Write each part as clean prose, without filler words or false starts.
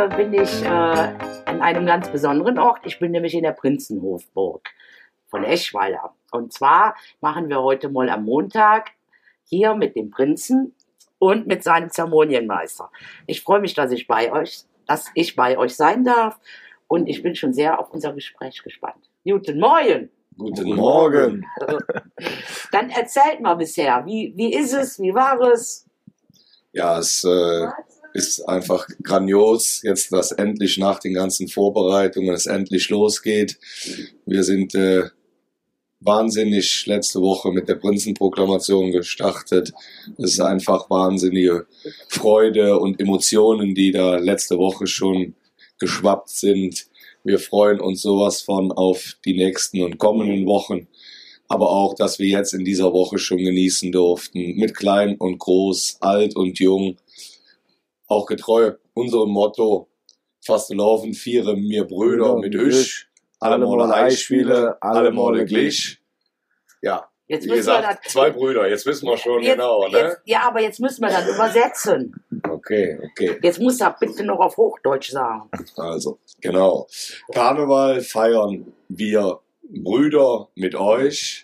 bin ich an einem ganz besonderen Ort. Ich bin nämlich in der Prinzenhofburg von Eschweiler. Und zwar machen wir heute mal am Montag hier mit dem Prinzen und mit seinem Zeremonienmeister. Ich freue mich, dass ich bei euch sein darf. Und ich bin schon sehr auf unser Gespräch gespannt. Guten Morgen! Guten Morgen! Dann erzählt mal bisher, wie ist es, wie war es? Ja, es ist einfach grandios, jetzt, dass endlich nach den ganzen Vorbereitungen es endlich losgeht. Wir sind wahnsinnig letzte Woche mit der Prinzenproklamation gestartet. Es ist einfach wahnsinnige Freude und Emotionen, die da letzte Woche schon geschwappt sind. Wir freuen uns sowas von auf die nächsten und kommenden Wochen. Aber auch, dass wir jetzt in dieser Woche schon genießen durften. Mit klein und groß, alt und jung. Auch getreu unserem Motto, fast laufen viere mir Brüder mit Üsch. Alle Male Eichspiele, alle Male glich. Ja, Jetzt wie müssen wir gesagt, 2 Brüder, jetzt wissen wir schon genau, ne? Aber jetzt müssen wir dann übersetzen. Okay. Jetzt musst du bitte noch auf Hochdeutsch sagen. Also, genau. Karneval feiern wir Brüder mit euch.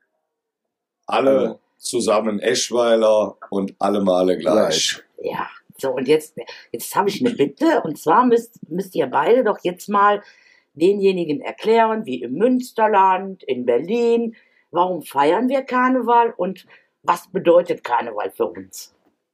Alle zusammen Eschweiler und alle Male gleich. Ja, so und jetzt habe ich eine Bitte. Und zwar müsst ihr beide doch jetzt mal denjenigen erklären, wie im Münsterland, in Berlin, warum feiern wir Karneval und was bedeutet Karneval für uns?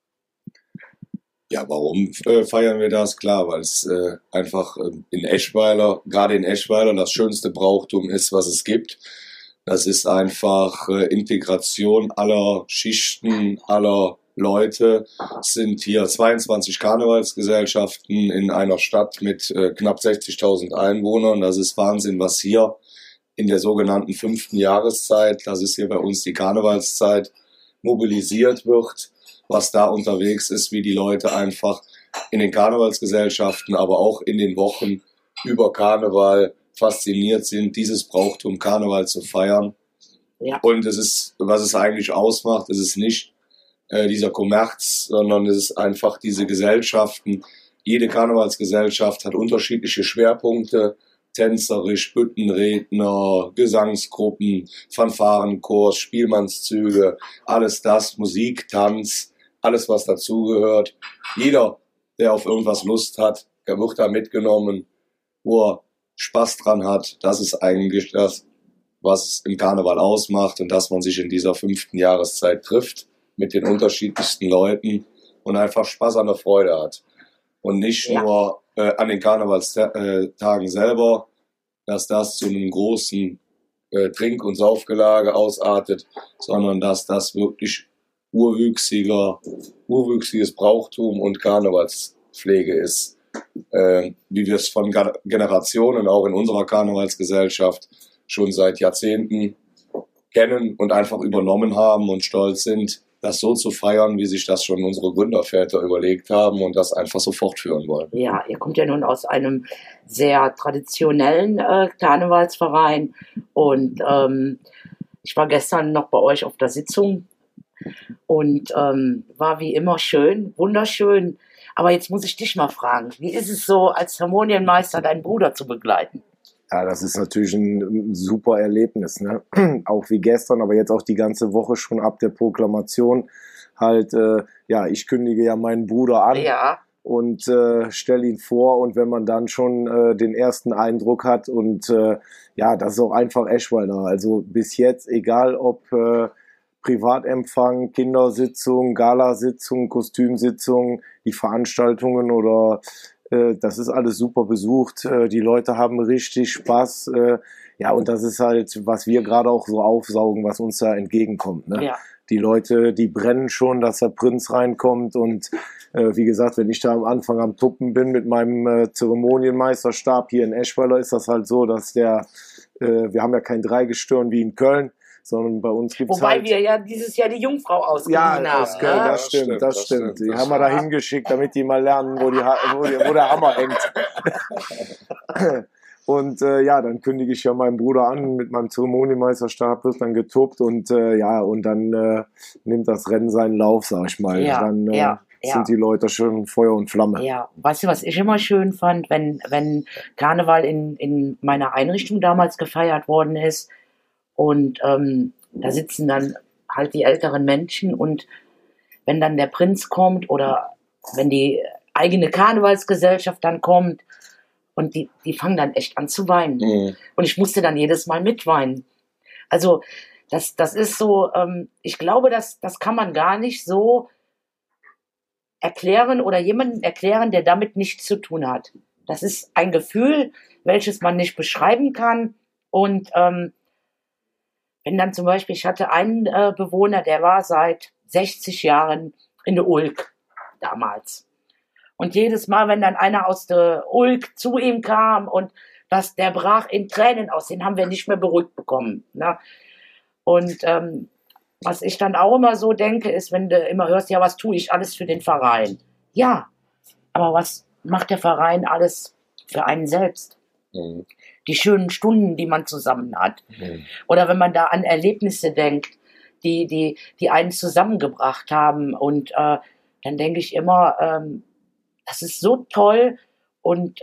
Ja, warum feiern wir das? Klar, weil es einfach in Eschweiler, gerade in Eschweiler, das schönste Brauchtum ist, was es gibt. Das ist einfach Integration aller Schichten, aller Leute. Es sind hier 22 Karnevalsgesellschaften in einer Stadt mit knapp 60.000 Einwohnern. Das ist Wahnsinn, was hier in der sogenannten 5. Jahreszeit, das ist hier bei uns die Karnevalszeit, mobilisiert wird, was da unterwegs ist, wie die Leute einfach in den Karnevalsgesellschaften, aber auch in den Wochen über Karneval fasziniert sind, dieses Brauchtum Karneval zu feiern. Ja. Und es ist, was es eigentlich ausmacht, es ist nicht dieser Kommerz, sondern es ist einfach diese Gesellschaften. Jede Karnevalsgesellschaft hat unterschiedliche Schwerpunkte, tänzerisch, Büttenredner, Gesangsgruppen, Fanfarenkurs, Spielmannszüge, alles das, Musik, Tanz, alles was dazugehört. Jeder, der auf irgendwas Lust hat, der wird da mitgenommen, wo er Spaß dran hat. Das ist eigentlich das, was es im Karneval ausmacht und dass man sich in dieser 5. Jahreszeit trifft mit den unterschiedlichsten Leuten und einfach Spaß an der Freude hat. Und nicht nur an den Karnevalstagen selber, dass das zu einem großen Trink- und Saufgelage ausartet, sondern dass das wirklich urwüchsiges Brauchtum und Karnevalspflege ist, wie wir es von Generationen auch in unserer Karnevalsgesellschaft schon seit Jahrzehnten kennen und einfach übernommen haben und stolz sind, das so zu feiern, wie sich das schon unsere Gründerväter überlegt haben und das einfach so fortführen wollen. Ja, ihr kommt ja nun aus einem sehr traditionellen Karnevalsverein und ich war gestern noch bei euch auf der Sitzung und war wie immer schön, wunderschön. Aber jetzt muss ich dich mal fragen, wie ist es so, als Zeremonienmeister deinen Bruder zu begleiten? Ja, das ist natürlich ein super Erlebnis, ne? Auch wie gestern, aber jetzt auch die ganze Woche schon ab der Proklamation halt, ich kündige ja meinen Bruder an und stelle ihn vor und wenn man dann schon den ersten Eindruck hat und das ist auch einfach Eschweiler. Also bis jetzt, egal ob Privatempfang, Kindersitzung, Galasitzung, Kostümsitzung, die Veranstaltungen oder das ist alles super besucht. Die Leute haben richtig Spaß. Und das ist halt, was wir gerade auch so aufsaugen, was uns da entgegenkommt. Ne? Ja. Die Leute, die brennen schon, dass der Prinz reinkommt. Und wie gesagt, wenn ich da am Anfang am Tuppen bin mit meinem Zeremonienmeisterstab hier in Eschweiler, ist das halt so, dass wir haben ja kein Dreigestirn wie in Köln, sondern bei uns gibt's Wobei wir ja dieses Jahr die Jungfrau ausgeliehen haben. Aus Köln, ne? Das stimmt. Die haben wir da hingeschickt, damit die mal lernen, wo der Hammer hängt. Und dann kündige ich ja meinen Bruder an, mit meinem Zeremonienmeisterstab wird dann getuppt und dann nimmt das Rennen seinen Lauf, sag ich mal. Ja, dann sind die Leute schon Feuer und Flamme. Ja, weißt du, was ich immer schön fand, wenn Karneval in meiner Einrichtung damals gefeiert worden ist und da sitzen dann halt die älteren Menschen und wenn dann der Prinz kommt oder wenn die eigene Karnevalsgesellschaft dann kommt und die fangen dann echt an zu weinen. Mhm. Und ich musste dann jedes Mal mitweinen. Also das ist so, ich glaube, das kann man gar nicht so erklären oder jemandem erklären, der damit nichts zu tun hat. Das ist ein Gefühl, welches man nicht beschreiben kann. Und wenn dann zum Beispiel, ich hatte einen Bewohner, der war seit 60 Jahren in der Ulk damals. Und jedes Mal, wenn dann einer aus der Ulk zu ihm kam und der brach in Tränen aus, den haben wir nicht mehr beruhigt bekommen. Ne? Und was ich dann auch immer so denke, ist, wenn du immer hörst, ja, was tue ich alles für den Verein? Ja, aber was macht der Verein alles für einen selbst? Mhm. Die schönen Stunden, die man zusammen hat. Mhm. Oder wenn man da an Erlebnisse denkt, die einen zusammengebracht haben. Und dann denke ich immer, das ist so toll. Und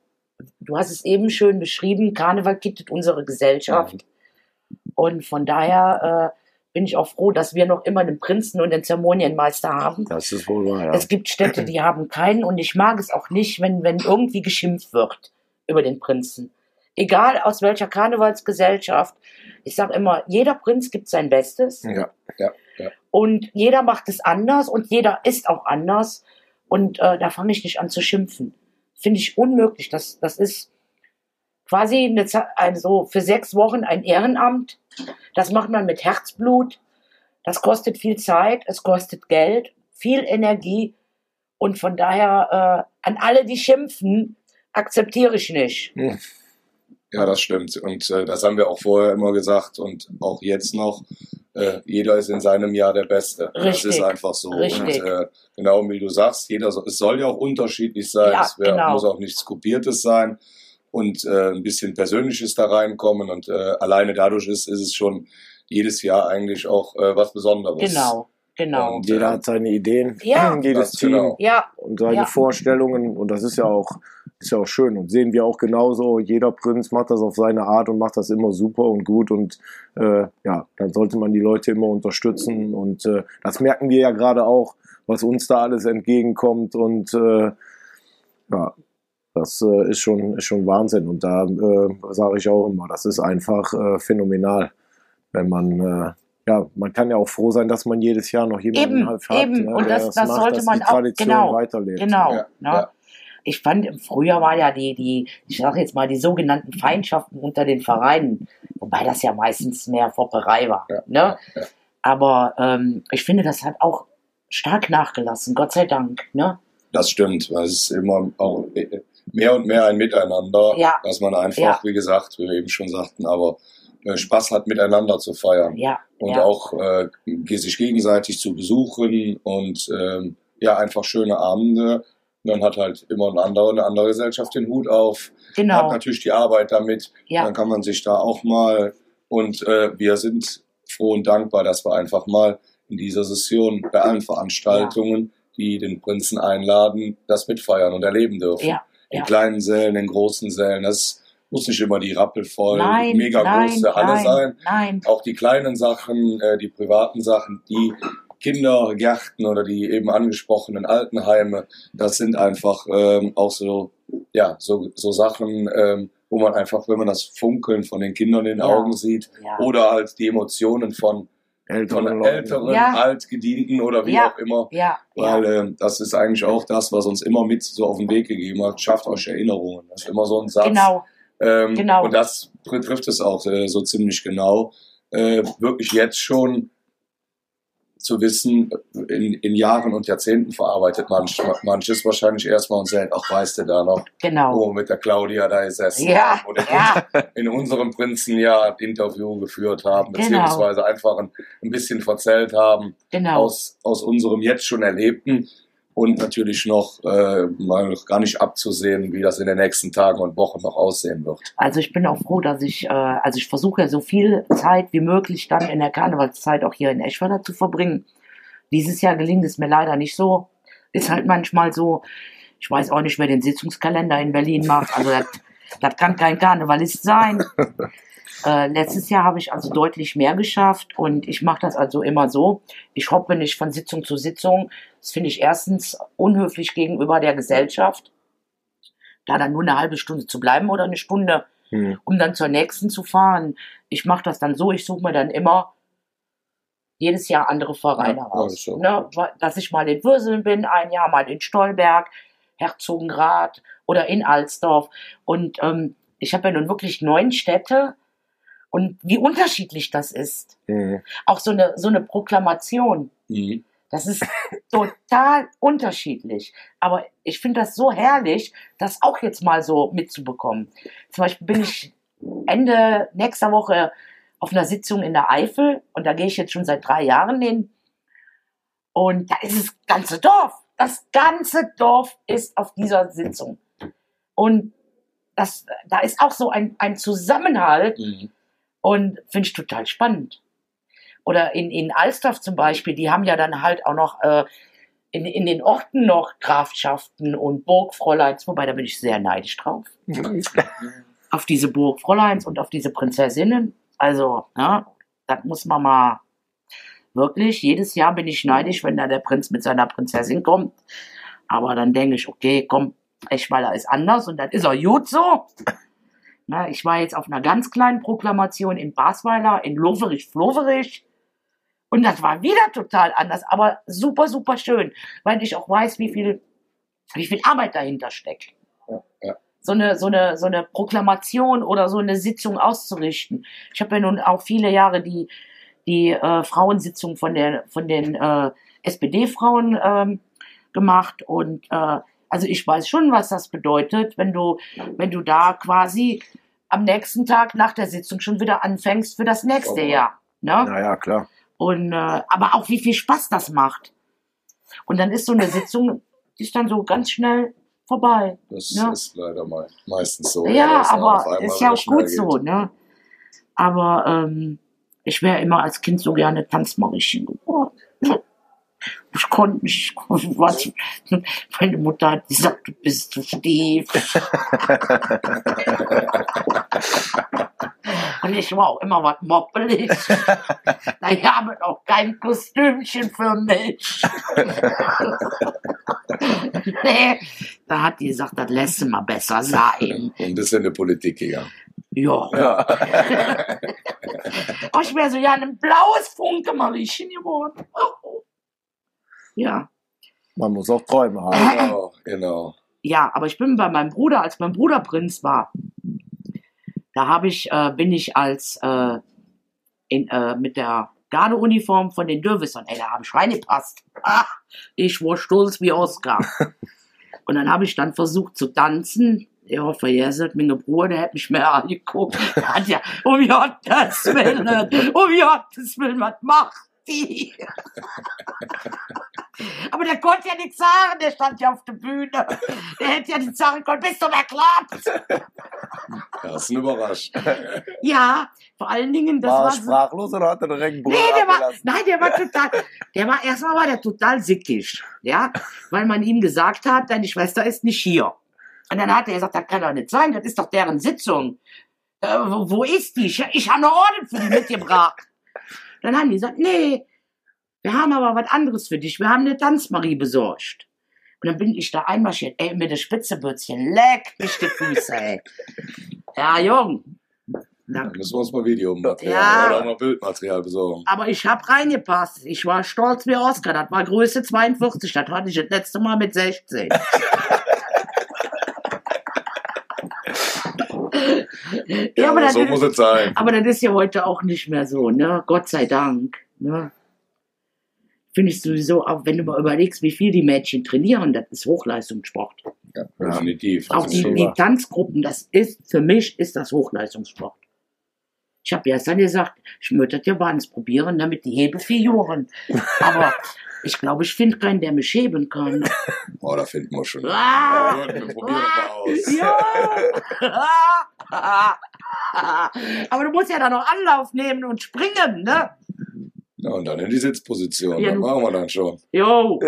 du hast es eben schön beschrieben, Karneval kittet unsere Gesellschaft. Mhm. Und von daher bin ich auch froh, dass wir noch immer den Prinzen und den Zeremonienmeister haben. Das ist wohl wahr, ja. Es gibt Städte, die haben keinen und ich mag es auch nicht, wenn irgendwie geschimpft wird über den Prinzen. Egal aus welcher Karnevalsgesellschaft. Ich sage immer, jeder Prinz gibt sein Bestes. Ja. Und jeder macht es anders und jeder ist auch anders. Und da fange ich nicht an zu schimpfen. Finde ich unmöglich. Das ist quasi also für 6 Wochen ein Ehrenamt. Das macht man mit Herzblut. Das kostet viel Zeit, es kostet Geld, viel Energie. Und von daher an alle, die schimpfen, akzeptiere ich nicht. Ja, das stimmt. Und das haben wir auch vorher immer gesagt und auch jetzt noch. Jeder ist in seinem Jahr der Beste. Richtig, das ist einfach so. Richtig. Und genau wie du sagst, es soll ja auch unterschiedlich sein. Ja, genau. Muss auch nichts Kopiertes sein und ein bisschen Persönliches da reinkommen. Und alleine dadurch ist es schon jedes Jahr eigentlich auch was Besonderes. Genau. Und jeder hat seine Ideen, jedes Team und seine Vorstellungen. Und das ist ja auch schön. Und sehen wir auch genauso. Jeder Prinz macht das auf seine Art und macht das immer super und gut. Und dann sollte man die Leute immer unterstützen. Und das merken wir ja gerade auch, was uns da alles entgegenkommt. Und das ist schon Wahnsinn. Und da sage ich auch immer, das ist einfach phänomenal, wenn man man kann ja auch froh sein, dass man jedes Jahr noch jemanden hat, ne, und das sollte man auch weiterlebt. Genau. Ja. Ich fand, früher war ja ich sage jetzt mal, die sogenannten Feindschaften unter den Vereinen, wobei das ja meistens mehr Fopperei war. Ja. Ne? Ja. Aber ich finde, das hat auch stark nachgelassen, Gott sei Dank. Ne? Das stimmt, es ist immer auch mehr und mehr ein Miteinander, dass man einfach, wie gesagt, wie wir eben schon sagten, aber Spaß hat, miteinander zu feiern. Ja. Und auch sich gegenseitig zu besuchen und einfach schöne Abende. Dann hat halt immer eine andere Gesellschaft den Hut auf. Genau. Hat natürlich die Arbeit damit. Ja. Dann kann man sich da auch mal und wir sind froh und dankbar, dass wir einfach mal in dieser Session bei allen Veranstaltungen, die den Prinzen einladen, das mitfeiern und erleben dürfen. Ja. In kleinen Sälen, in großen Sälen. Das muss nicht immer die rappelvoll, mega große Halle sein. Nein. Auch die kleinen Sachen, die privaten Sachen, die Kindergärten oder die eben angesprochenen Altenheime, das sind einfach auch so Sachen, wo man einfach, wenn man das Funkeln von den Kindern in den Augen sieht oder halt die Emotionen von älteren, Altgedienten oder wie auch immer, weil das ist eigentlich auch das, was uns immer mit so auf den Weg gegeben hat, schafft euch Erinnerungen. Das ist immer so ein Satz. Genau. Und das betrifft es auch so ziemlich genau. Wirklich jetzt schon zu wissen, in Jahren und Jahrzehnten verarbeitet manches wahrscheinlich erstmal und sagt, ach, weißt du da noch, wo mit der Claudia da gesessen haben oder in unserem Prinzenjahr ein Interview geführt haben, beziehungsweise einfach ein bisschen verzählt haben aus unserem jetzt schon Erlebten und natürlich noch mal gar nicht abzusehen, wie das in den nächsten Tagen und Wochen noch aussehen wird. Also ich bin auch froh, dass ich versuche ja so viel Zeit wie möglich dann in der Karnevalszeit auch hier in Eschweiler zu verbringen. Dieses Jahr gelingt es mir leider nicht so, ist halt manchmal so, ich weiß auch nicht, wer den Sitzungskalender in Berlin macht, also das kann kein Karnevalist sein. Letztes Jahr habe ich also deutlich mehr geschafft und ich mache das also immer so, ich hoppe nicht von Sitzung zu Sitzung, das finde ich erstens unhöflich gegenüber der Gesellschaft, da dann nur eine halbe Stunde zu bleiben oder eine Stunde, um dann zur nächsten zu fahren. Ich mache das dann so, ich suche mir dann immer jedes Jahr andere Vereine raus. So. Ne, dass ich mal in Würseln bin, ein Jahr mal in Stolberg, Herzogenrath oder in Alsdorf. Und ich habe ja nun wirklich 9 Städte und wie unterschiedlich das ist. Auch so eine Proklamation. Das ist total unterschiedlich. Aber ich finde das so herrlich, das auch jetzt mal so mitzubekommen. Zum Beispiel bin ich Ende nächster Woche auf einer Sitzung in der Eifel und da gehe ich jetzt schon seit 3 Jahren hin. Und da ist das ganze Dorf. Das ganze Dorf ist auf dieser Sitzung. Und da ist auch so ein Zusammenhalt und finde ich total spannend. Oder in Alsdorf zum Beispiel, die haben ja dann halt auch noch in den Orten noch Grafschaften und Burgfräuleins, wobei da bin ich sehr neidisch drauf. Auf diese Burgfräuleins und auf diese Prinzessinnen. Also, ja, das muss man mal wirklich, jedes Jahr bin ich neidisch, wenn da der Prinz mit seiner Prinzessin kommt. Aber dann denke ich, okay, komm, Eschweiler ist anders und dann ist er gut so. Na, ich war jetzt auf einer ganz kleinen Proklamation in Basweiler, in Loverich. Und das war wieder total anders, aber super, super schön, weil ich auch weiß, wie viel Arbeit dahinter steckt. Ja. So eine Proklamation oder so eine Sitzung auszurichten. Ich habe ja nun auch viele Jahre die Frauensitzung von den SPD-Frauen gemacht und also ich weiß schon, was das bedeutet, wenn du da quasi am nächsten Tag nach der Sitzung schon wieder anfängst für das nächste Jahr. Ne? Naja, klar. Und aber auch wie viel Spaß das macht. Und dann ist so eine Sitzung, die ist dann so ganz schnell vorbei. Das ist leider meistens so. Ja, aber ist ja auch gut so, ne? Aber ich wäre immer als Kind so gerne Tanzmariechen geworden. Ich konnte nicht, meine Mutter hat gesagt, du bist zu stief. Und ich war auch immer was moppelig. Da haben auch kein Kostümchen für mich. Nee, da hat die gesagt, das lässt mal besser sein. Und das ist in der Politik gegangen. Ja. Oh, ich wäre so ja ein blaues Funke-Mariechen geworden. Oh. Ja. Man muss auch Träume haben. Genau. Ja, aber ich bin bei meinem Bruder, als mein Bruder Prinz war, da bin ich als mit der Gardeuniform von den Dürwissern, da habe ich reingepasst. Ich war stolz wie Oscar. Und dann habe ich dann versucht zu tanzen. Ich hoffe, mein Bruder, der hat mich mehr angeguckt. Der hat ja, um Gottes Willen, was macht die? Aber der konnte ja nichts sagen, der stand ja auf der Bühne. Der hätte ja nicht sagen können, bist du verklappt? Das ist überrascht. Ja, vor allen Dingen, das war sprachlos oder hat er direkt Bruder erstmal war der total sickig, ja, weil man ihm gesagt hat, deine Schwester ist nicht hier. Und dann hat er gesagt, das kann doch nicht sein, das ist doch deren Sitzung. Wo ist die? Ich habe eine Orden für die mitgebracht. Dann haben die gesagt, nee, wir haben aber was anderes für dich. Wir haben eine Tanzmarie besorgt. Und dann bin ich da einmarschiert. Ey, mit der Spitzebürzchen. Leck mich die Füße, ey. Ja, Jung. Dann müssen wir uns mal Videomaterial oder noch Bildmaterial besorgen. Aber ich habe reingepasst. Ich war stolz wie Oscar. Das war Größe 42. Das hatte ich das letzte Mal mit 16. Ja, aber so muss es sein. Aber das ist ja heute auch nicht mehr so, ne? Gott sei Dank. Ne? Finde ich sowieso, auch wenn du mal überlegst, wie viel die Mädchen trainieren, das ist Hochleistungssport. Ja, definitiv. Auch die Tanzgruppen, für mich ist das Hochleistungssport. Ich habe ja dann gesagt, ich möchte das ja mal probieren, damit die Hebefiguren. Aber ich glaube, ich finde keinen, der mich heben kann. Oh, da finden wir schon. Wir probieren mal aus. Ja. Aber du musst ja dann noch Anlauf nehmen und springen, ne? Ja, und dann in die Sitzposition, ja, dann machen wir dann schon. Jo.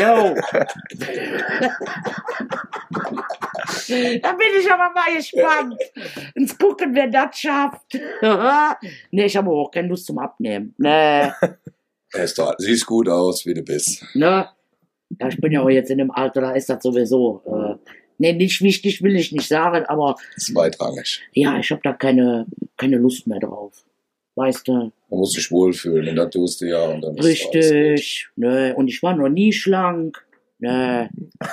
Da bin ich aber mal gespannt. Ins Gucken, wer das schafft. Nee, ich habe auch keine Lust zum Abnehmen. Nee. Siehst gut aus, wie du bist. Ne? Ja, ich bin ja auch jetzt in dem Alter, da ist das sowieso. Nee, nicht wichtig, will ich nicht sagen, aber. Zweitrangig. Ja, ich habe da keine Lust mehr drauf. Weißt du? Man muss sich wohlfühlen, und das tust du ja. Und dann richtig. Ne, und ich war noch nie schlank. Ne.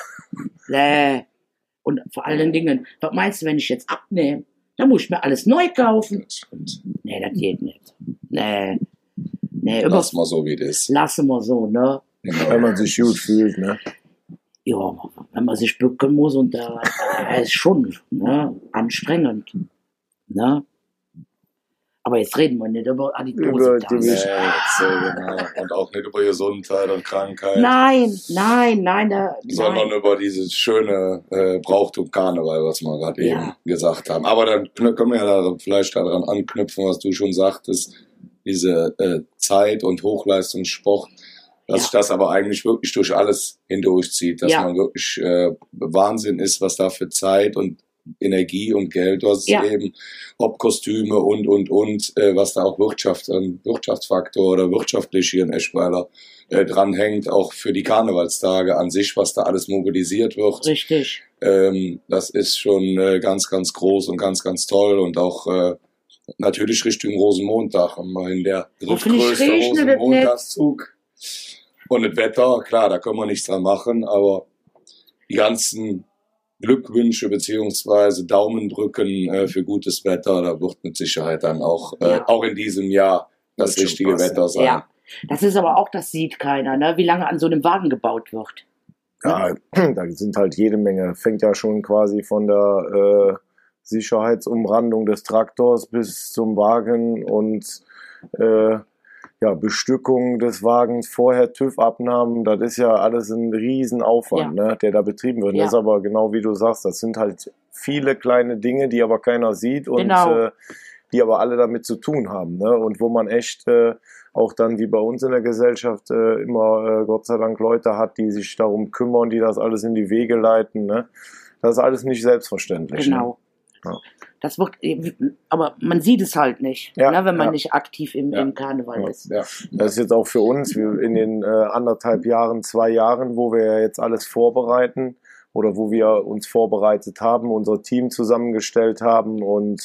Nee. Und vor allen Dingen, was meinst du, wenn ich jetzt abnehme? Dann muss ich mir alles neu kaufen. Nee, das geht nicht. Nee. Lass mal so, wie das ist. Lassen wir so, ne? Genau. Wenn man sich gut fühlt, ne? Ja, wenn man sich bücken muss und da ist schon, ne, anstrengend. Ne? Aber jetzt reden wir nicht über Adipose. Genau. Und auch nicht über Gesundheit und Krankheit. Nein. Sondern über dieses schöne Brauchtum Karneval, was wir gerade eben gesagt haben. Aber dann können wir ja da vielleicht daran anknüpfen, was du schon sagtest, diese Zeit- und Hochleistungssport, dass sich das aber eigentlich wirklich durch alles hindurchzieht, dass man wirklich Wahnsinn ist, was da für Zeit und Energie und Geld, was eben, ob Kostüme und, was da auch Wirtschaftsfaktor oder wirtschaftlich hier in Eschweiler dranhängt, auch für die Karnevalstage an sich, was da alles mobilisiert wird. Richtig. Das ist schon ganz, ganz groß und ganz, ganz toll und auch natürlich Richtung Rosenmontag, immerhin der drittgrößte Rosenmontagszug. Und das Wetter, klar, da können wir nichts dran machen, aber die ganzen Glückwünsche beziehungsweise Daumendrücken für gutes Wetter, da wird mit Sicherheit dann auch in diesem Jahr das richtige Wetter sein. Ja, das ist aber auch, das sieht keiner, ne? Wie lange an so einem Wagen gebaut wird. Ja, da sind halt jede Menge. Fängt ja schon quasi von der Sicherheitsumrandung des Traktors bis zum Wagen und Bestückung des Wagens, vorher TÜV-Abnahmen, das ist ja alles ein Riesenaufwand, ne, der da betrieben wird. Ja. Das ist aber genau wie du sagst, das sind halt viele kleine Dinge, die aber keiner sieht und die aber alle damit zu tun haben, ne, und wo man echt auch dann wie bei uns in der Gesellschaft immer Gott sei Dank Leute hat, die sich darum kümmern, die das alles in die Wege leiten, ne. Das ist alles nicht selbstverständlich. Genau. Ne? Ja. Das wird, aber man sieht es halt nicht, ne, wenn man nicht aktiv im Karneval ist. Ja. Das ist jetzt auch für uns in den 1,5 Jahren, 2 Jahren, wo wir jetzt alles vorbereiten oder wo wir uns vorbereitet haben, unser Team zusammengestellt haben und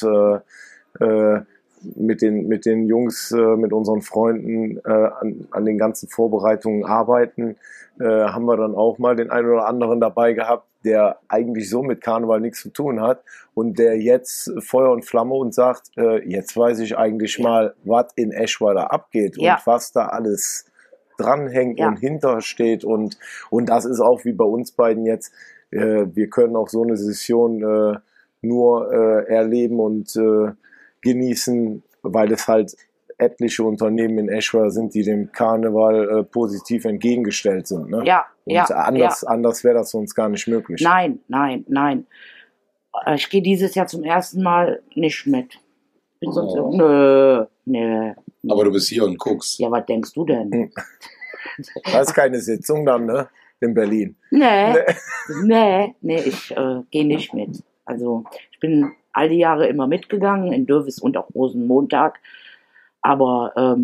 mit den Jungs, mit unseren Freunden an den ganzen Vorbereitungen arbeiten, haben wir dann auch mal den einen oder anderen dabei gehabt, der eigentlich so mit Karneval nichts zu tun hat und der jetzt Feuer und Flamme und sagt, jetzt weiß ich eigentlich mal, was in Eschweiler abgeht und was da alles dranhängt und hintersteht und das ist auch wie bei uns beiden jetzt, wir können auch so eine Session nur erleben und genießen, weil es halt etliche Unternehmen in Eschweiler sind, die dem Karneval positiv entgegengestellt sind. Ne? Und anders wäre das sonst gar nicht möglich. Nein. Ich gehe dieses Jahr zum ersten Mal nicht mit. Bin sonst nö. Aber du bist hier und guckst. Ja, was denkst du denn? Das ist keine Sitzung dann, ne? In Berlin. Nee, ich gehe nicht mit. Also ich bin all die Jahre immer mitgegangen, in Dürvis und auch Rosenmontag. Aber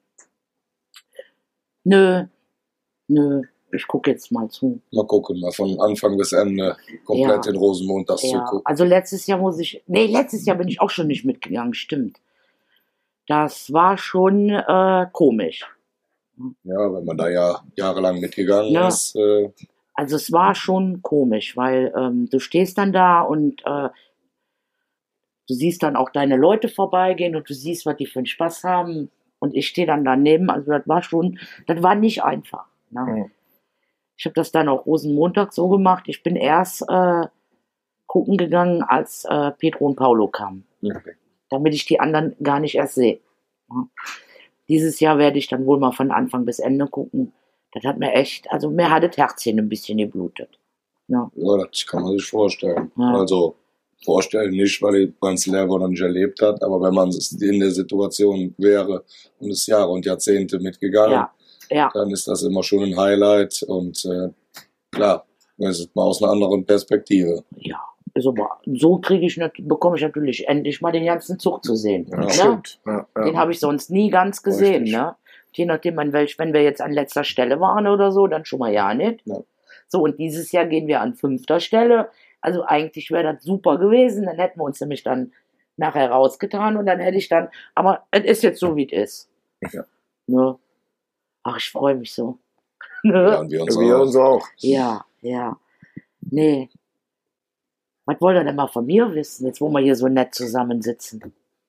nö, ich gucke jetzt mal zu. Mal gucken, mal von Anfang bis Ende komplett den Rosenmontag zugucken. Also letztes Jahr bin ich auch schon nicht mitgegangen, stimmt. Das war schon komisch. Ja, wenn man da jahrelang mitgegangen ist. Also es war schon komisch, weil du stehst dann da und du siehst dann auch deine Leute vorbeigehen und du siehst, was die für einen Spaß haben. Und ich stehe dann daneben. Also das war nicht einfach. Ne? Mhm. Ich habe das dann auch Rosenmontag so gemacht. Ich bin erst gucken gegangen, als Pedro und Paulo kamen. Okay. Damit ich die anderen gar nicht erst sehe. Ja. Dieses Jahr werde ich dann wohl mal von Anfang bis Ende gucken. Das hat mir hat das Herzchen ein bisschen geblutet. Ja, das kann man sich vorstellen. Ja. Also vorstellen, nicht, weil man es selber noch nicht erlebt hat, aber wenn man in der Situation wäre und es Jahre und Jahrzehnte mitgegangen, dann ist das immer schon ein Highlight und klar, das ist mal aus einer anderen Perspektive. Ja, also so bekomme ich natürlich endlich mal den ganzen Zug zu sehen. Ja, stimmt. Ja. Den habe ich sonst nie ganz gesehen. Ne? Je nachdem, wenn wir jetzt an letzter Stelle waren oder so, dann schon mal ja nicht. Ja. So, und dieses Jahr gehen wir an 5. Stelle. Also eigentlich wäre das super gewesen. Dann hätten wir uns nämlich dann nachher rausgetan und dann hätte ich dann, aber es ist jetzt so, wie es ist. Ja. Ne? Ach, ich freue mich so. Ne? Ja, und wir uns auch. Ja. Nee. Was wollt ihr denn mal von mir wissen, jetzt wo wir hier so nett zusammensitzen?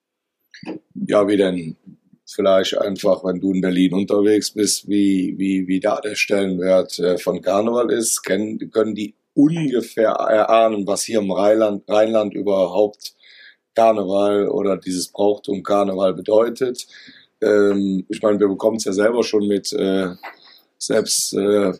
Ja, wie denn? Vielleicht einfach, wenn du in Berlin unterwegs bist, wie da der Stellenwert von Karneval ist. Können die ungefähr erahnen, was hier im Rheinland überhaupt Karneval oder dieses Brauchtum Karneval bedeutet? Ich meine, wir bekommen es ja selber schon mit selbst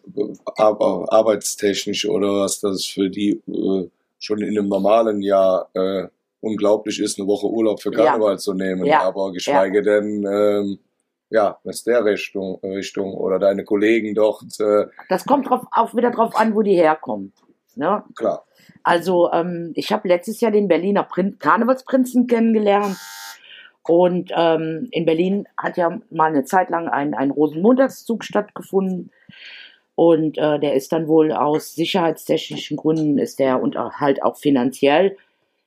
arbeitstechnisch oder was das für die schon in einem normalen Jahr unglaublich ist, eine Woche Urlaub für Karneval zu nehmen, aber geschweige denn, aus der Richtung oder deine Kollegen dort. Das kommt wieder drauf an, wo die herkommen. Ne? Klar. Also ich habe letztes Jahr den Berliner Karnevalsprinzen kennengelernt und in Berlin hat ja mal eine Zeit lang ein Rosenmontagszug stattgefunden. Und der ist dann wohl aus sicherheitstechnischen Gründen, ist der und halt auch finanziell,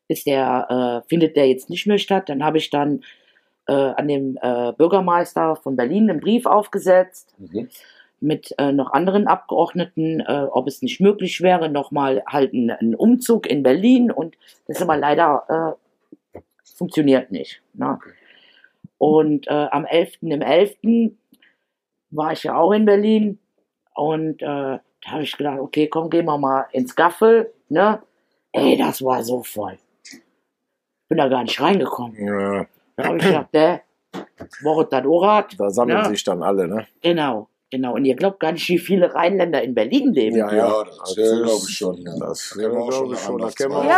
findet der jetzt nicht mehr statt. Dann habe ich dann an den Bürgermeister von Berlin einen Brief aufgesetzt mit noch anderen Abgeordneten, ob es nicht möglich wäre, nochmal halt einen Umzug in Berlin. Und das ist aber leider funktioniert nicht. Ne? Und am 11.11. war ich ja auch in Berlin. Und da habe ich gedacht, okay, komm, gehen wir mal ins Gaffel, ne? Ey, das war so voll. Bin da gar nicht reingekommen. Ja. Da habe ich gedacht, Woche das Orat. Da sammeln sich dann alle, ne? Genau. Und ihr glaubt gar nicht, wie viele Rheinländer in Berlin leben. Ja, das glaube ich schon. Ja. Das glaube ich schon.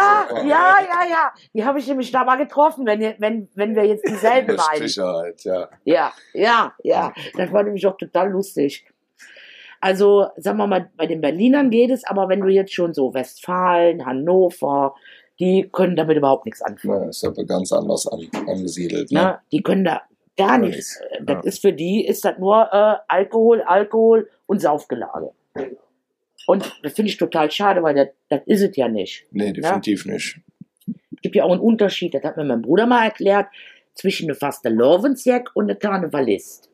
Ja. Die habe ich nämlich da mal getroffen, wenn wir jetzt dieselben meinen. Sicherheit, ja. Ja. Das war nämlich auch total lustig. Also, sagen wir mal, bei den Berlinern geht es, aber wenn du jetzt schon so Westfalen, Hannover, die können damit überhaupt nichts anfangen. Ja, ist aber ganz anders angesiedelt. Ne? Ja, die können da gar nichts. Das ist für die, ist das nur Alkohol und Saufgelage. Und das finde ich total schade, weil das ist es ja nicht. Nee, definitiv nicht. Es gibt ja auch einen Unterschied, das hat mir mein Bruder mal erklärt, zwischen einem Fastelovensjack und einem Karnevalist.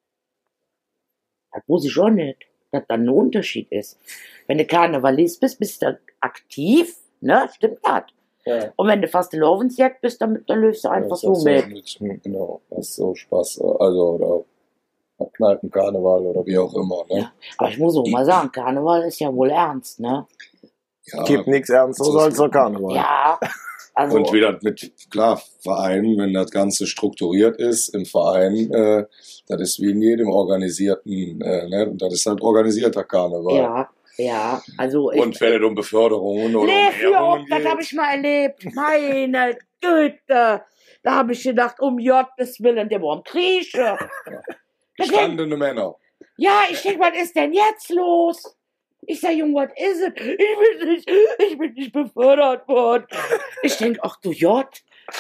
Das wusste ich auch nicht, dass da ein Unterschied ist. Wenn du Karnevalist bist du aktiv, ne? Stimmt das? Ja. Und wenn du Fastelovensjack bist, dann löst du einfach so mit. Genau, das ist so Spaß. Also, oder Kneipenkarneval oder wie auch immer. Ne? Ja, aber ich muss auch mal sagen, Karneval ist ja wohl ernst, ne? Ja, gibt nichts Ernstes als der Karneval. Ja. Also, und wieder mit, klar, Verein, wenn das Ganze strukturiert ist im Verein, das ist wie in jedem organisierten, ne? Und das ist halt organisierter Karneval. Ja, also und wenn es um Beförderungen oder das habe ich mal erlebt. Meine Güte. Da habe ich gedacht, um Gottes Willen, der war am Kriechen. Gestandene Männer. Ja, ich denke, was ist denn jetzt los? Ich sag, Junge, was ist es? Ich bin nicht befördert worden. Ich denke, ach du Jott.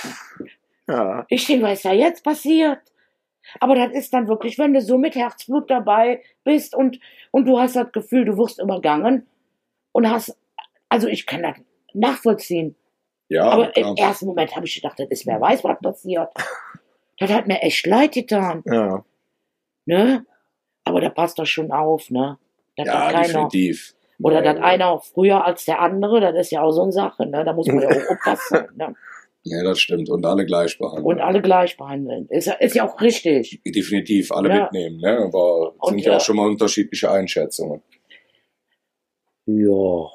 Ja. Ich denke, was ist da jetzt passiert? Aber das ist dann wirklich, wenn du so mit Herzblut dabei bist und du hast das Gefühl, du wirst übergangen und also ich kann das nachvollziehen. Ja, aber im ersten Moment habe ich gedacht, das ist, wer weiß, was passiert. Das hat mir echt leid getan. Ja. Ne? Aber da passt doch schon auf, ne? Das ja, definitiv. Oder dass einer auch früher als der andere, das ist ja auch so eine Sache, ne? Da muss man ja auch aufpassen. Ne? Ja, das stimmt. Und alle gleich behandeln. Und alle gleich behandeln. Ist ja auch richtig. Definitiv, alle mitnehmen, ne? Aber es sind ja auch schon mal unterschiedliche Einschätzungen. Ja,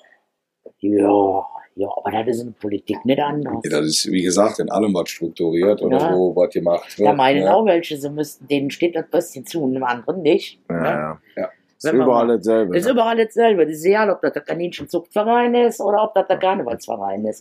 aber das ist in der Politik nicht anders. Ja, das ist, wie gesagt, in allem was strukturiert oder wo was gemacht wird. Da meinen auch welche, denen steht das bisschen zu und dem anderen nicht. Ja. Ist überall dasselbe. Ist überall dasselbe. Das ist egal, ob das der Kaninchenzuchtverein ist oder ob das der Karnevalsverein ist.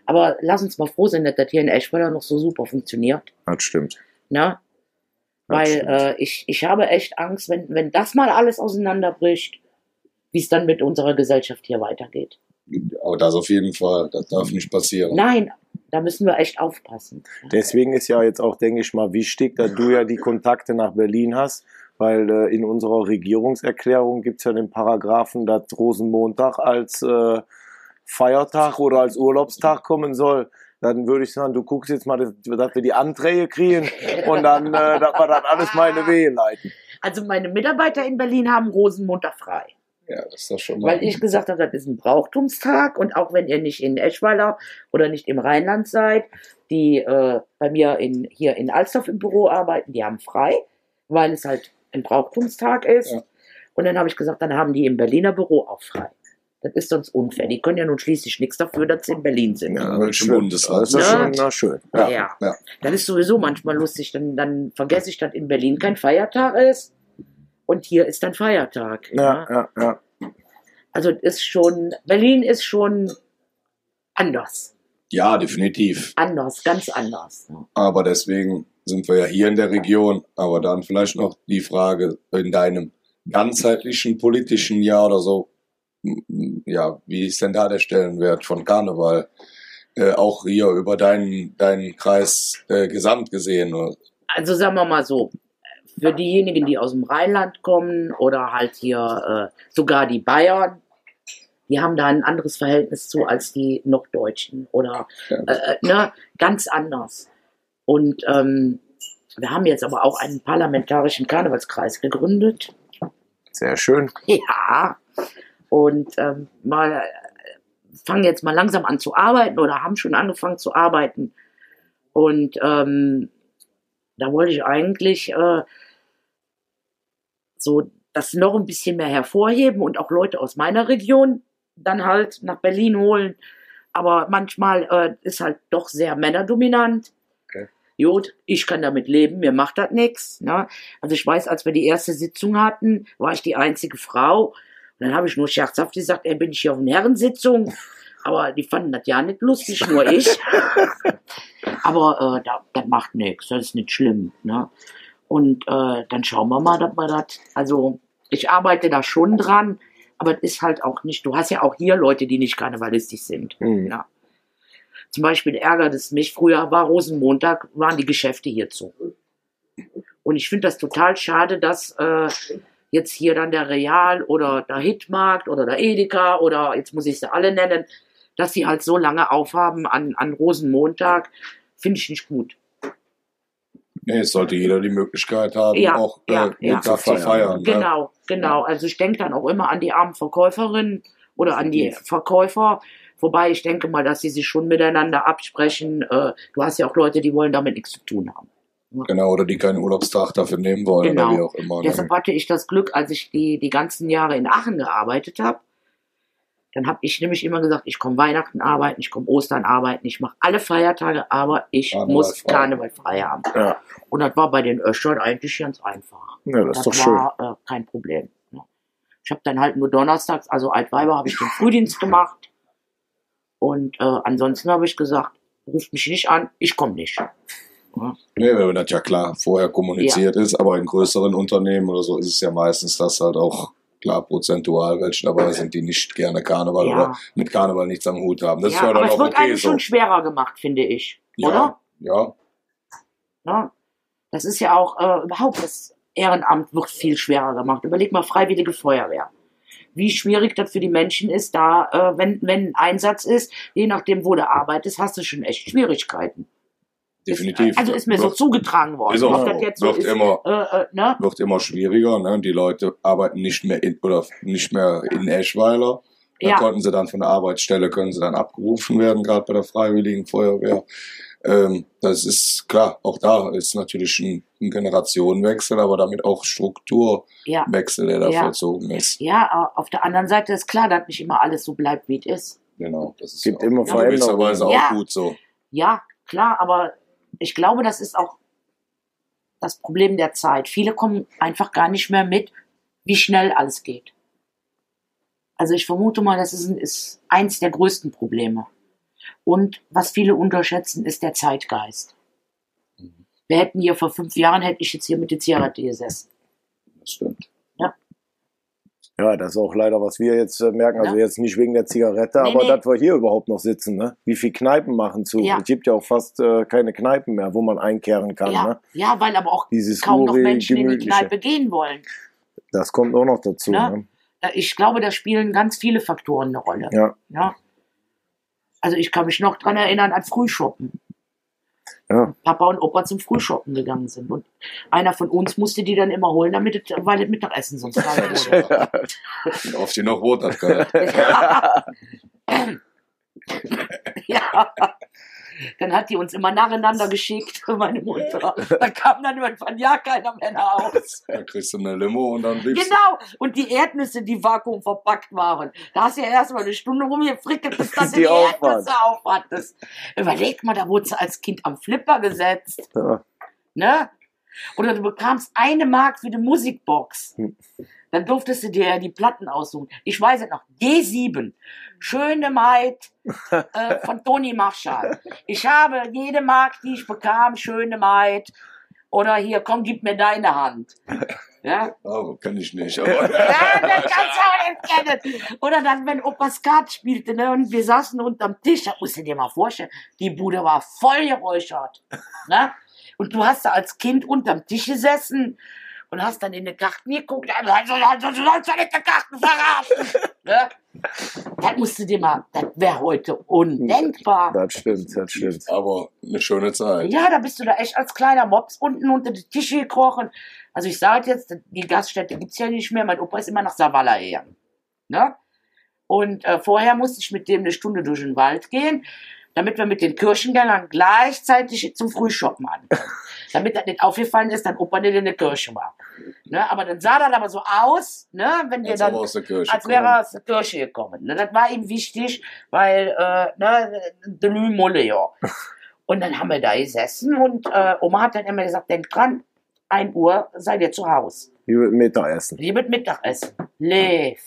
Aber lass uns mal froh sein, dass das hier in Eschweiler noch so super funktioniert. Das stimmt. Ne? Weil ich habe echt Angst, wenn das mal alles auseinanderbricht, wie es dann mit unserer Gesellschaft hier weitergeht. Aber das auf jeden Fall, das darf nicht passieren. Nein, da müssen wir echt aufpassen. Deswegen ist ja jetzt auch, denke ich mal, wichtig, dass du ja die Kontakte nach Berlin hast, weil in unserer Regierungserklärung gibt es ja den Paragraphen, dass Rosenmontag als Feiertag oder als Urlaubstag kommen soll. Dann würde ich sagen, du guckst jetzt mal, dass wir die Anträge kriegen und dann, dass wir dann alles mal in die Wege leiten. Also meine Mitarbeiter in Berlin haben Rosenmontag frei. Ja, das ist doch schon mal. Weil ich gesagt habe, das ist ein Brauchtumstag und auch wenn ihr nicht in Eschweiler oder nicht im Rheinland seid, die bei mir hier in Alsdorf im Büro arbeiten, die haben frei, weil es halt ein Brauchtumstag ist. Ja. Und dann habe ich gesagt, dann haben die im Berliner Büro auch frei. Das ist sonst unfair. Die können ja nun schließlich nichts dafür, dass sie in Berlin sind. Ja, welche Bundesland? Das ist schon, na schön. Ja. Das ist sowieso manchmal lustig. Dann vergesse ich, dass in Berlin kein Feiertag ist. Und hier ist dann Feiertag. Ja. Also Berlin ist schon anders. Ja, definitiv. Anders, ganz anders. Ja. Aber deswegen sind wir ja hier in der Region. Aber dann vielleicht noch die Frage in deinem ganzheitlichen politischen Jahr oder so. Ja, wie ist denn da der Stellenwert von Karneval? Auch hier über deinen Kreis gesamt gesehen? Oder? Also sagen wir mal so. Für diejenigen, die aus dem Rheinland kommen oder halt hier sogar die Bayern, die haben da ein anderes Verhältnis zu als die Norddeutschen oder ganz anders. Und wir haben jetzt aber auch einen parlamentarischen Karnevalskreis gegründet. Sehr schön. Ja, und fangen jetzt mal langsam an zu arbeiten oder haben schon angefangen zu arbeiten. Und da wollte ich eigentlich so das noch ein bisschen mehr hervorheben und auch Leute aus meiner Region dann halt nach Berlin holen. Aber manchmal ist halt doch sehr männerdominant. Okay. Gut, ich kann damit leben, mir macht das nichts. Ne? Also ich weiß, als wir die erste Sitzung hatten, war ich die einzige Frau. Und dann habe ich nur scherzhaft gesagt, bin ich hier auf einer Herrensitzung. Aber die fanden das ja nicht lustig, nur ich. Aber das macht nichts, das ist nicht schlimm. Ne? Und dann schauen wir mal, dass wir das, also ich arbeite da schon dran, aber es ist halt auch nicht, du hast ja auch hier Leute, die nicht karnevalistisch sind. Mhm. Ja. Zum Beispiel ärgert es mich, früher war Rosenmontag, waren die Geschäfte hier zu. Und ich finde das total schade, dass jetzt hier dann der Real oder der Hitmarkt oder der Edeka oder jetzt muss ich sie alle nennen, dass sie halt so lange aufhaben an Rosenmontag, finde ich nicht gut. Nee, es sollte jeder die Möglichkeit haben, auch den Tag zu feiern. Genau. Also ich denke dann auch immer an die armen Verkäuferinnen oder an die Verkäufer. Wobei ich denke mal, dass sie sich schon miteinander absprechen. Du hast ja auch Leute, die wollen damit nichts zu tun haben. Genau, oder die keinen Urlaubstag dafür nehmen wollen oder wie auch immer. Deshalb hatte ich das Glück, als ich die ganzen Jahre in Aachen gearbeitet habe. Dann habe ich nämlich immer gesagt, ich komme Weihnachten arbeiten, ich komme Ostern arbeiten, ich mache alle Feiertage, aber ich muss Karneval frei haben. Ja. Und das war bei den Öschern eigentlich ganz einfach. Ja, das ist doch schön. War kein Problem. Ich habe dann halt nur donnerstags, also Altweiber, habe ich den Frühdienst gemacht. Und ansonsten habe ich gesagt, ruft mich nicht an, ich komme nicht. Ja. Nee, wenn das ja klar vorher kommuniziert ist, aber in größeren Unternehmen oder so ist es ja meistens, dass halt auch klar prozentual welche dabei sind, die nicht gerne Karneval oder mit Karneval nichts am Hut haben. Das ist ja dann aber auch es wird okay eigentlich schon schwerer gemacht, finde ich. Oder? Ja. Das ist ja auch überhaupt, das Ehrenamt wird viel schwerer gemacht. Überleg mal, Freiwillige Feuerwehr. Wie schwierig das für die Menschen ist, da, wenn ein Einsatz ist, je nachdem, wo du arbeitest, hast du schon echt Schwierigkeiten. Definitiv. Also ist mir so zugetragen worden. Wird immer schwieriger. Ne? Die Leute arbeiten nicht mehr in Eschweiler. Da konnten sie dann von der Arbeitsstelle, können sie dann abgerufen werden, gerade bei der Freiwilligen Feuerwehr. Das ist klar, auch da ist natürlich ein Generationenwechsel, aber damit auch Strukturwechsel, der da vollzogen ist. Ja, auf der anderen Seite ist klar, dass nicht immer alles so bleibt, wie es ist. Genau, das ist gibt immer Veränderungen. Auch gut so. Ja, klar, aber ich glaube, das ist auch das Problem der Zeit. Viele kommen einfach gar nicht mehr mit, wie schnell alles geht. Also ich vermute mal, das ist eins der größten Probleme. Und was viele unterschätzen, ist der Zeitgeist. Wir hätten hier vor 5 Jahren, hätte ich jetzt hier mit der Zigarette gesessen. Das stimmt. Ja, das ist auch leider, was wir jetzt merken. Also jetzt nicht wegen der Zigarette, aber dass wir hier überhaupt noch sitzen. Ne? Wie viele Kneipen machen zu? Es gibt ja auch fast keine Kneipen mehr, wo man einkehren kann. Ja, ne? Ja, weil aber auch dieses kaum noch Menschen in die Kneipe gehen wollen. Das kommt auch noch dazu. Ne? Ich glaube, da spielen ganz viele Faktoren eine Rolle. Ja. Also ich kann mich noch dran erinnern an Frühshoppen. Ja. Papa und Opa zum Frühshoppen gegangen sind. Und einer von uns musste die dann immer holen, weil das Mittagessen sonst kalt wurde. Auf die noch Brot hat gehabt. Ja. Dann hat die uns immer nacheinander geschickt, meine Mutter. Da kam dann irgendwann keiner mehr nach Hause. Dann kriegst du eine Limo und dann bliebst Genau. Und die Erdnüsse, die vakuumverpackt waren. Da hast du ja erstmal eine Stunde rumgefrickelt, bis du die Erdnüsse aufhattest. Überleg mal, da wurdest du als Kind am Flipper gesetzt. Ja. Ne? Oder du bekamst 1 Mark für die Musikbox. Dann durftest du dir ja die Platten aussuchen. Ich weiß es noch. G7. Schöne Maid von Toni Marshall. Ich habe jede Mark, die ich bekam, schöne Maid. Oder hier, komm, gib mir deine Hand. Ja? Oh, kann ich nicht. Aber ja, das kannst du auch nicht kennen. Oder dann, wenn Opa Skat spielte, ne, und wir saßen unterm Tisch, das musst du dir mal vorstellen, die Bude war voll geräuchert. Ne? Und du hast da als Kind unterm Tisch gesessen und hast dann in den Garten geguckt, du sollst ja nicht den Garten verraten. Ne? Das musst du dir mal, das wäre heute undenkbar. Das stimmt. Aber eine schöne Zeit. Ja, da bist du da echt als kleiner Mops unten unter die Tische gekrochen. Also ich sage jetzt, die Gaststätte gibt's ja nicht mehr. Mein Opa ist immer nach Savala gegangen. Ne? Und vorher musste ich mit dem eine Stunde durch den Wald gehen, damit wir mit den Kirchengängern gleichzeitig zum Frühshoppen ankommen. Damit das nicht aufgefallen ist, dass Opa nicht in der Kirche war. Ne? Aber dann sah das aber so aus, ne? Wenn wir dann, als wäre er aus der Kirche gekommen. Ne? Das war ihm wichtig, weil, de Lü-Mulle, ja. Und dann haben wir da gesessen und Oma hat dann immer gesagt, denk dran, 1 Uhr seid ihr zu Hause. Wie mit Mittagessen. Lev.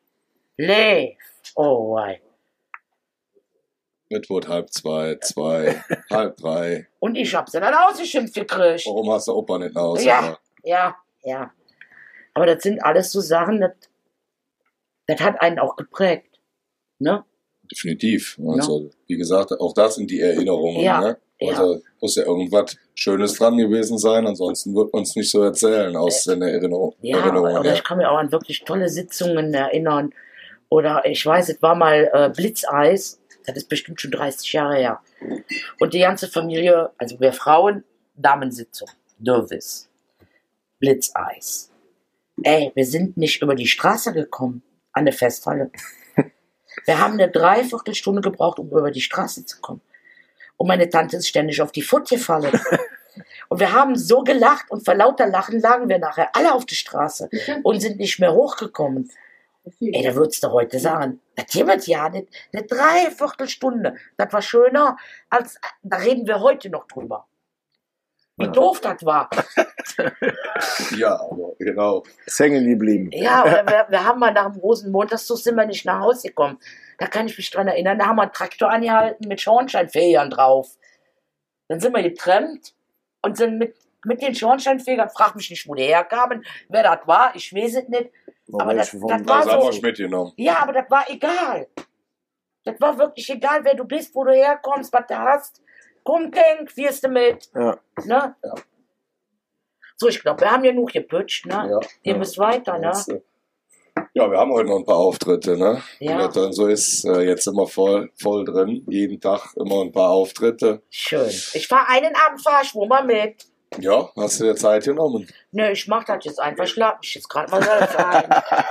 Oh, wei. Mit wurde 1:30, 2, 1:30. Und ich hab sie dann ausgeschimpft gekriegt. Warum hast du Opa nicht nach Hause? Ja. Aber das sind alles so Sachen, das hat einen auch geprägt. Ne? Definitiv. Also, wie gesagt, auch das sind die Erinnerungen. Ne? Also muss ja irgendwas Schönes dran gewesen sein, ansonsten wird man es nicht so erzählen aus den Erinnerungen. Oder ich kann mich auch an wirklich tolle Sitzungen erinnern. Oder ich weiß, es war mal Blitzeis. Das ist bestimmt schon 30 Jahre her. Und die ganze Familie, also wir Frauen, Damensitzung, Dürvis, Blitzeis. Wir sind nicht über die Straße gekommen, an der Festhalle. Wir haben eine Dreiviertelstunde gebraucht, um über die Straße zu kommen. Und meine Tante ist ständig auf die Pfote gefallen. Und wir haben so gelacht und vor lauter Lachen lagen wir nachher alle auf der Straße und sind nicht mehr hochgekommen. Da würdest du heute sagen, das gibt ja nicht eine Dreiviertelstunde. Das war schöner, als, da reden wir heute noch drüber. Wie doof das war. Ja, aber genau. Ist hängen geblieben. Ja, wir haben mal nach dem Rosenmontagszug sind wir nicht nach Hause gekommen. Da kann ich mich dran erinnern, da haben wir einen Traktor angehalten mit Schornsteinfegern drauf. Dann sind wir getrennt und sind mit den Schornsteinfegern, frag mich nicht, wo die herkamen, wer das war, ich weiß es nicht. Aber das war so. Mitgenommen. Ja, aber das war egal. Das war wirklich egal, wer du bist, wo du herkommst, was du hast. Komm, denk, wirst du mit. Ja. Ne? Ja. So, ich glaube, wir haben ja genug geputscht, ne? Ja. Ihr müsst weiter, ne? Ja, wir haben heute noch ein paar Auftritte, ne? Ja. Wie das dann so ist, jetzt immer voll drin. Jeden Tag immer ein paar Auftritte. Schön. Ich fahr einen Abend, fahr ich wo mal mit. Ja, hast du dir Zeit genommen? Ne, ich mach das jetzt einfach, schlaf mich jetzt gerade mal selbst ein.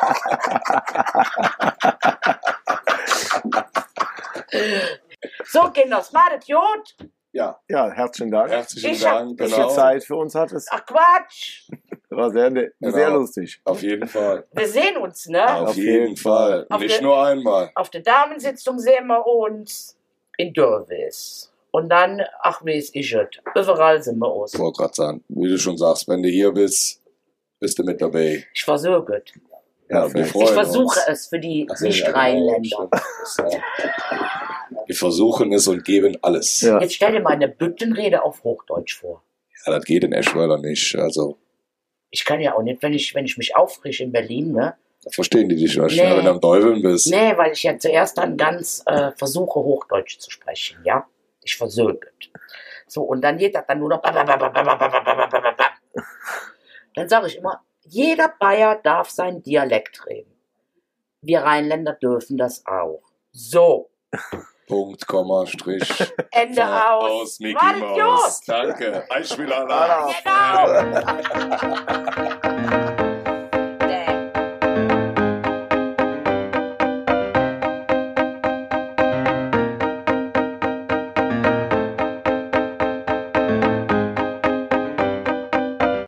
So, Kinders, macht es gut. Ja, herzlichen Dank. Herzlichen Dank. Dass du Zeit für uns hattest. Ach Quatsch. War sehr lustig. Auf jeden Fall. Wir sehen uns, ne? Auf jeden Fall. Nicht nur einmal. Auf der Damensitzung sehen wir uns in Dürvis. Und dann, ach, wie ist es? Überall sind wir aus. Ich wollte gerade sagen, wie du schon sagst, wenn du hier bist, bist du mit dabei. Ich versuche es. Ja, wir freuen Ich versuche uns. es für die Nicht-Rheinländer. Ja, Wir versuchen es und geben alles. Ja. Jetzt stell dir mal eine Büttenrede auf Hochdeutsch vor. Ja, das geht in Eschweiler nicht. Also. Ich kann ja auch nicht, wenn ich mich aufrichte in Berlin, ne? Da verstehen die dich noch schnell, wenn du am Teufeln bist. Nee, weil ich ja zuerst dann ganz versuche, Hochdeutsch zu sprechen, ja? Ich versöhne. So, und dann geht das dann nur noch. Dann sage ich immer, jeder Bayer darf seinen Dialekt reden. Wir Rheinländer dürfen das auch. So. Punkt, Komma, Strich. Ende aus. Mickey Maus. Danke. Ich will allein. Genau.